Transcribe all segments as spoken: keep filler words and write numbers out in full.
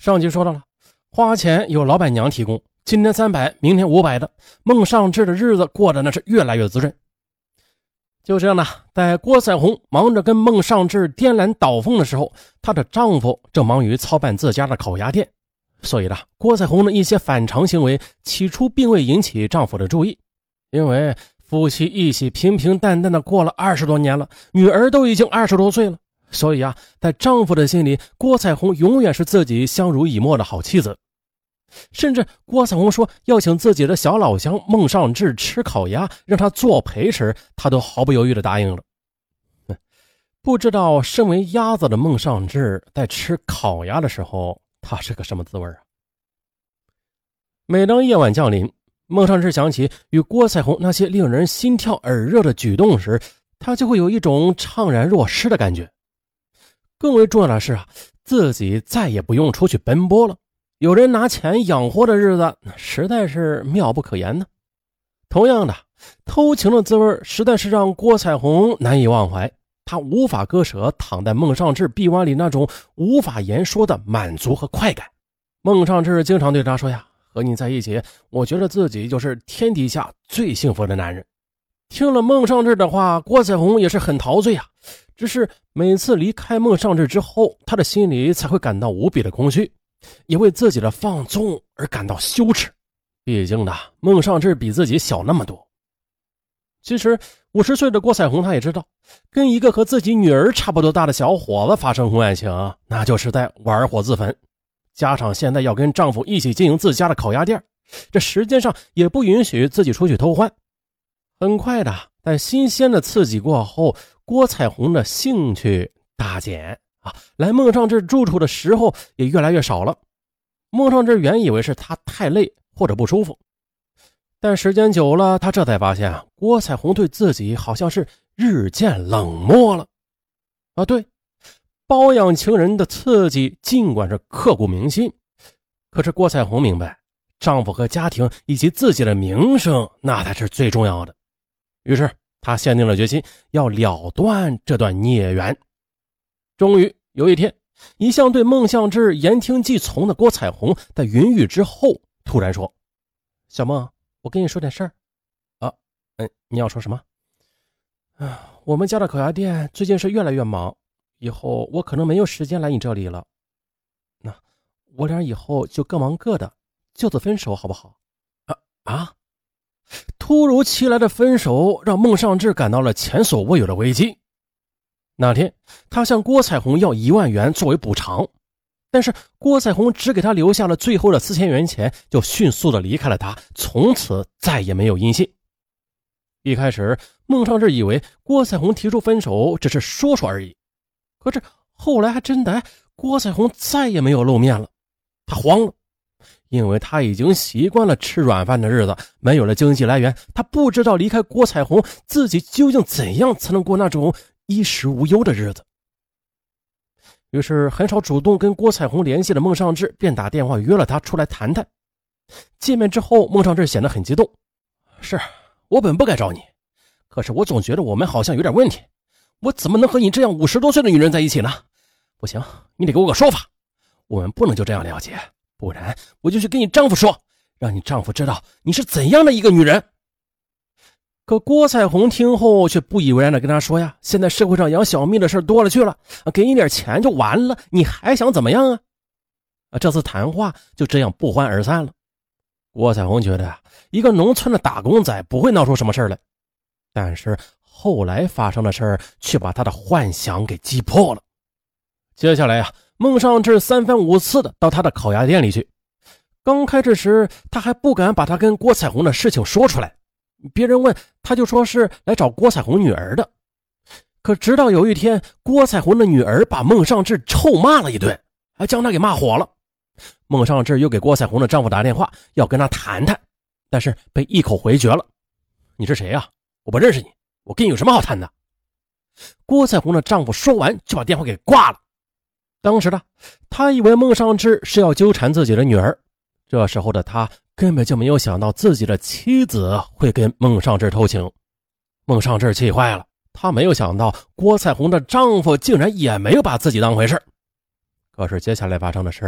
上集说到了，花钱有老板娘提供，今天三百，明天五百的，孟尚志的日子过得那是越来越滋润。就这样呢，在郭彩虹忙着跟孟尚志颠鸾倒凤的时候，她的丈夫正忙于操办自家的烤鸭店。所以呢，郭彩虹的一些反常行为起初并未引起丈夫的注意，因为夫妻一起平平淡淡的过了二十多年了，女儿都已经二十多岁了。所以啊，在丈夫的心里，郭彩虹永远是自己相濡以沫的好妻子。甚至郭彩虹说要请自己的小老乡孟尚志吃烤鸭，让他作陪时，他都毫不犹豫地答应了。不知道身为鸭子的孟尚志在吃烤鸭的时候，他是个什么滋味啊？每当夜晚降临，孟尚志想起与郭彩虹那些令人心跳耳热的举动时，他就会有一种怅然若失的感觉。更为重要的是啊，自己再也不用出去奔波了，有人拿钱养活的日子实在是妙不可言呢。同样的，偷情的滋味实在是让郭彩虹难以忘怀，她无法割舍躺在孟尚志臂弯里那种无法言说的满足和快感。孟尚志经常对她说呀，和你在一起，我觉得自己就是天底下最幸福的男人。听了孟尚志的话，郭彩虹也是很陶醉啊，只是每次离开孟尚志之后，她的心里才会感到无比的空虚，也为自己的放纵而感到羞耻。毕竟呢，孟尚志比自己小那么多。其实五十岁的郭彩虹她也知道，跟一个和自己女儿差不多大的小伙子发生婚外情，那就是在玩火自焚。加上现在要跟丈夫一起经营自家的烤鸭店，这时间上也不允许自己出去偷欢。很快的，在新鲜的刺激过后，郭彩虹的兴趣大减啊，来孟尚志住处的时候也越来越少了。孟尚志原以为是他太累或者不舒服，但时间久了，他这才发现啊，郭彩虹对自己好像是日渐冷漠了。啊，对，包养情人的刺激尽管是刻骨铭心，可是郭彩虹明白，丈夫和家庭以及自己的名声那才是最重要的。于是她下定了决心要了断这段孽缘。终于有一天，一向对孟尚志言听计从的郭彩虹在云雨之后突然说，小孟，我跟你说点事儿啊。嗯，你要说什么啊？我们家的烤鸭店最近是越来越忙，以后我可能没有时间来你这里了。那我俩以后就各忙各的，就此分手好不好？啊啊！突如其来的分手让孟尚志感到了前所未有的危机。那天他向郭彩虹要一万元作为补偿，但是郭彩虹只给他留下了最后的四千元钱，就迅速的离开了他，从此再也没有音信。一开始孟尚志以为郭彩虹提出分手只是说说而已，可是后来还真的郭彩虹再也没有露面了。他慌了，因为他已经习惯了吃软饭的日子，没有了经济来源，他不知道离开郭彩虹自己究竟怎样才能过那种衣食无忧的日子。于是很少主动跟郭彩虹联系的孟尚志便打电话约了他出来谈谈。见面之后，孟尚志显得很激动，是我本不该找你，可是我总觉得我们好像有点问题，我怎么能和你这样五十多岁的女人在一起呢？不行，你得给我个说法，我们不能就这样了结，不然我就去跟你丈夫说，让你丈夫知道你是怎样的一个女人。可郭彩虹听后却不以为然的跟他说呀，现在社会上养小蜜的事多了去了，给你点钱就完了，你还想怎么样啊？这次谈话就这样不欢而散了。郭彩虹觉得一个农村的打工仔不会闹出什么事来，但是后来发生的事却把他的幻想给击破了。接下来啊，孟尚志三番五次的到他的烤鸭店里去。刚开始时他还不敢把他跟郭彩虹的事情说出来，别人问他就说是来找郭彩虹女儿的。可直到有一天，郭彩虹的女儿把孟尚志臭骂了一顿，还将他给骂火了。孟尚志又给郭彩虹的丈夫打电话要跟他谈谈，但是被一口回绝了。你是谁啊？我不认识你，我跟你有什么好谈的？郭彩虹的丈夫说完就把电话给挂了。当时的他以为孟尚志是要纠缠自己的女儿，这时候的他根本就没有想到自己的妻子会跟孟尚志偷情。孟尚志气坏了，他没有想到郭彩虹的丈夫竟然也没有把自己当回事。可是接下来发生的事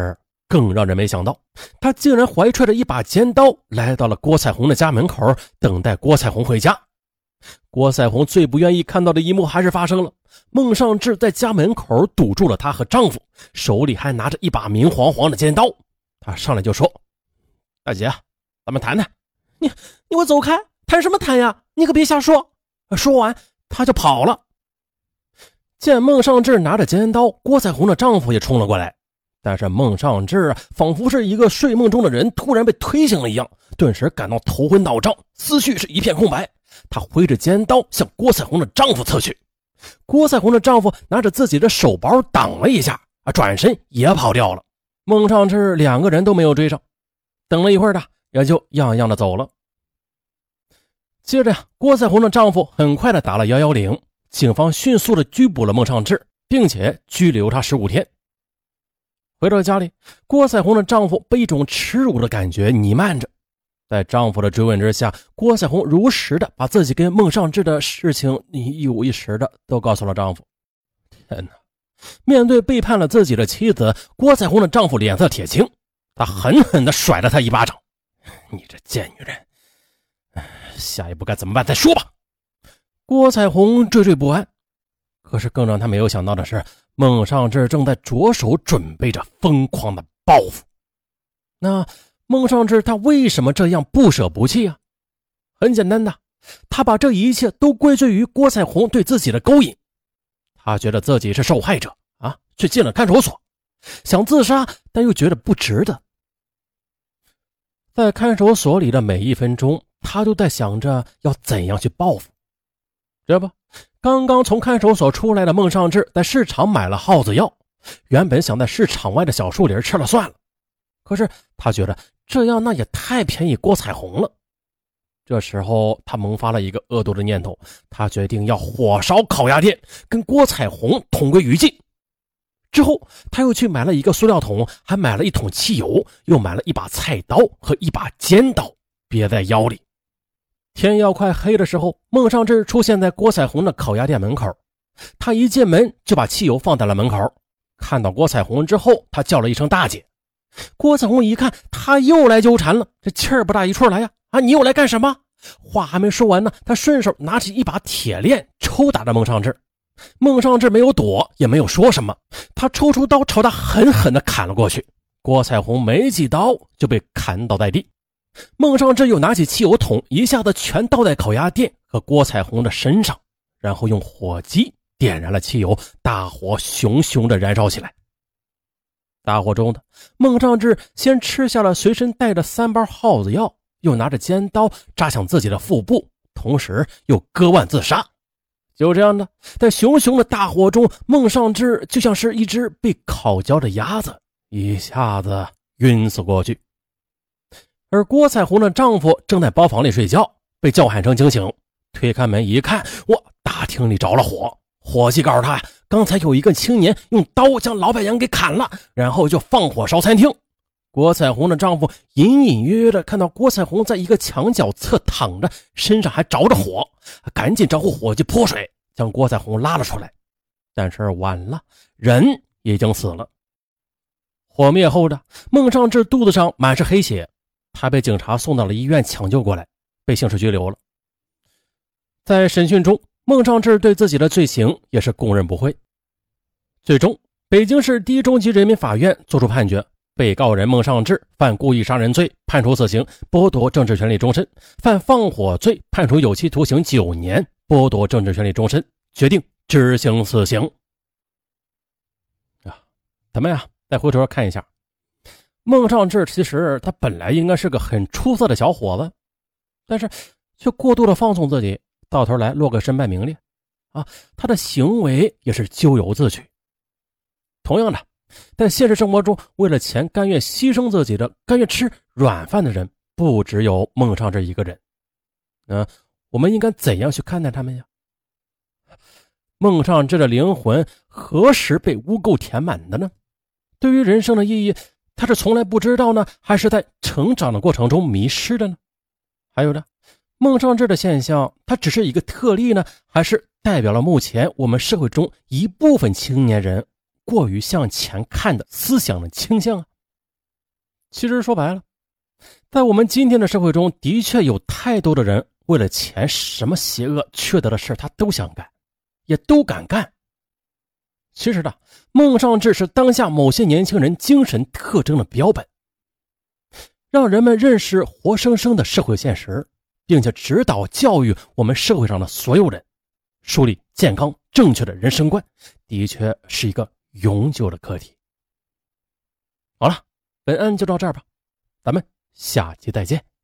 更让人没想到，他竟然怀揣着一把尖刀来到了郭彩虹的家门口，等待郭彩虹回家。郭彩虹最不愿意看到的一幕还是发生了，孟尚志在家门口堵住了她和丈夫，手里还拿着一把明晃晃的尖刀。他上来就说：大姐，咱们谈谈。你你给我走开，谈什么谈呀，你可别瞎说。说完他就跑了。见孟尚志拿着尖刀，郭彩虹的丈夫也冲了过来，但是孟尚志仿佛是一个睡梦中的人突然被推醒了一样，顿时感到头昏脑胀，思绪是一片空白。他挥着尖刀向郭彩虹的丈夫刺去，郭彩虹的丈夫拿着自己的手包挡了一下，转身也跑掉了。孟尚志两个人都没有追上，等了一会儿的也就样样的走了。接着郭彩虹的丈夫很快的打了一一零，警方迅速的拘捕了孟尚志，并且拘留他十五天。回到家里，郭彩虹的丈夫被一种耻辱的感觉弥漫着。在丈夫的追问之下，郭彩虹如实的把自己跟孟尚志的事情你一五一十的都告诉了丈夫。天哪！面对背叛了自己的妻子，郭彩虹的丈夫脸色铁青，他狠狠的甩了她一巴掌。你这贱女人，下一步该怎么办再说吧。郭彩虹惴惴不安，可是更让他没有想到的是，孟尚志正在着手准备着疯狂的报复。那孟尚志他为什么这样不舍不弃啊？很简单的，他把这一切都归罪于郭彩虹对自己的勾引。他觉得自己是受害者啊，却进了看守所，想自杀，但又觉得不值得。在看守所里的每一分钟，他都在想着要怎样去报复。这不，刚刚从看守所出来的孟尚志在市场买了耗子药，原本想在市场外的小树林吃了算了，可是他觉得这样那也太便宜郭彩虹了。这时候他萌发了一个恶毒的念头，他决定要火烧烤鸭店，跟郭彩虹同归于尽。之后他又去买了一个塑料桶，还买了一桶汽油，又买了一把菜刀和一把尖刀别在腰里。天要快黑的时候，孟尚志出现在郭彩虹的烤鸭店门口。他一进门就把汽油放在了门口，看到郭彩虹之后，他叫了一声大姐。郭彩虹一看他又来纠缠了，这气儿不大一处来呀！啊，你又来干什么？话还没说完呢，他顺手拿起一把铁链抽打着孟尚志。孟尚志没有躲，也没有说什么，他抽出刀朝他狠狠地砍了过去。郭彩虹没几刀就被砍倒在地。孟尚志又拿起汽油桶，一下子全倒在烤鸭店和郭彩虹的身上，然后用火机点燃了汽油，大火熊熊地燃烧起来。大火中的孟尚志先吃下了随身带着三包耗子药，又拿着尖刀扎向自己的腹部，同时又割腕自杀。就这样的，在熊熊的大火中，孟尚志就像是一只被烤焦的鸭子，一下子晕死过去。而郭彩虹的丈夫正在包房里睡觉，被叫喊声惊醒，推开门一看，哇，大厅里着了火。伙计告诉他，刚才有一个青年用刀将老板娘给砍了，然后就放火烧餐厅。郭彩虹的丈夫隐隐约约的看到郭彩虹在一个墙角侧躺着，身上还着着火，赶紧招呼伙计泼水将郭彩虹拉了出来。但是晚了，人已经死了。火灭后的孟尚志肚子上满是黑血，他被警察送到了医院抢救过来，被刑事拘留了。在审讯中，孟尚志对自己的罪行也是供认不讳。最终，北京市第一中级人民法院作出判决，被告人孟尚志犯故意杀人罪，判处死刑，剥夺政治权利终身；犯放火罪，判处有期徒刑九年，剥夺政治权利终身，决定执行死刑。啊，咱们呀，再回头看一下，孟尚志其实他本来应该是个很出色的小伙子，但是却过度的放纵自己，到头来落个身败名裂啊！他的行为也是咎由自取。同样的，在现实生活中，为了钱甘愿牺牲自己的、甘愿吃软饭的人，不只有孟尚志一个人。嗯、呃，我们应该怎样去看待他们呀？孟尚志的灵魂何时被污垢填满的呢？对于人生的意义，他是从来不知道呢，还是在成长的过程中迷失的呢？还有呢，孟尚志的现象，它只是一个特例呢，还是代表了目前我们社会中一部分青年人过于向前看的思想的倾向啊？ 其实说白了，在我们今天的社会中，的确有太多的人为了钱，什么邪恶缺德的事他都想干，也都敢干。其实呢，孟尚志是当下某些年轻人精神特征的标本，让人们认识活生生的社会现实，并且指导教育我们社会上的所有人，树立健康正确的人生观，的确是一个永久的课题。好了，本案就到这儿吧，咱们下期再见。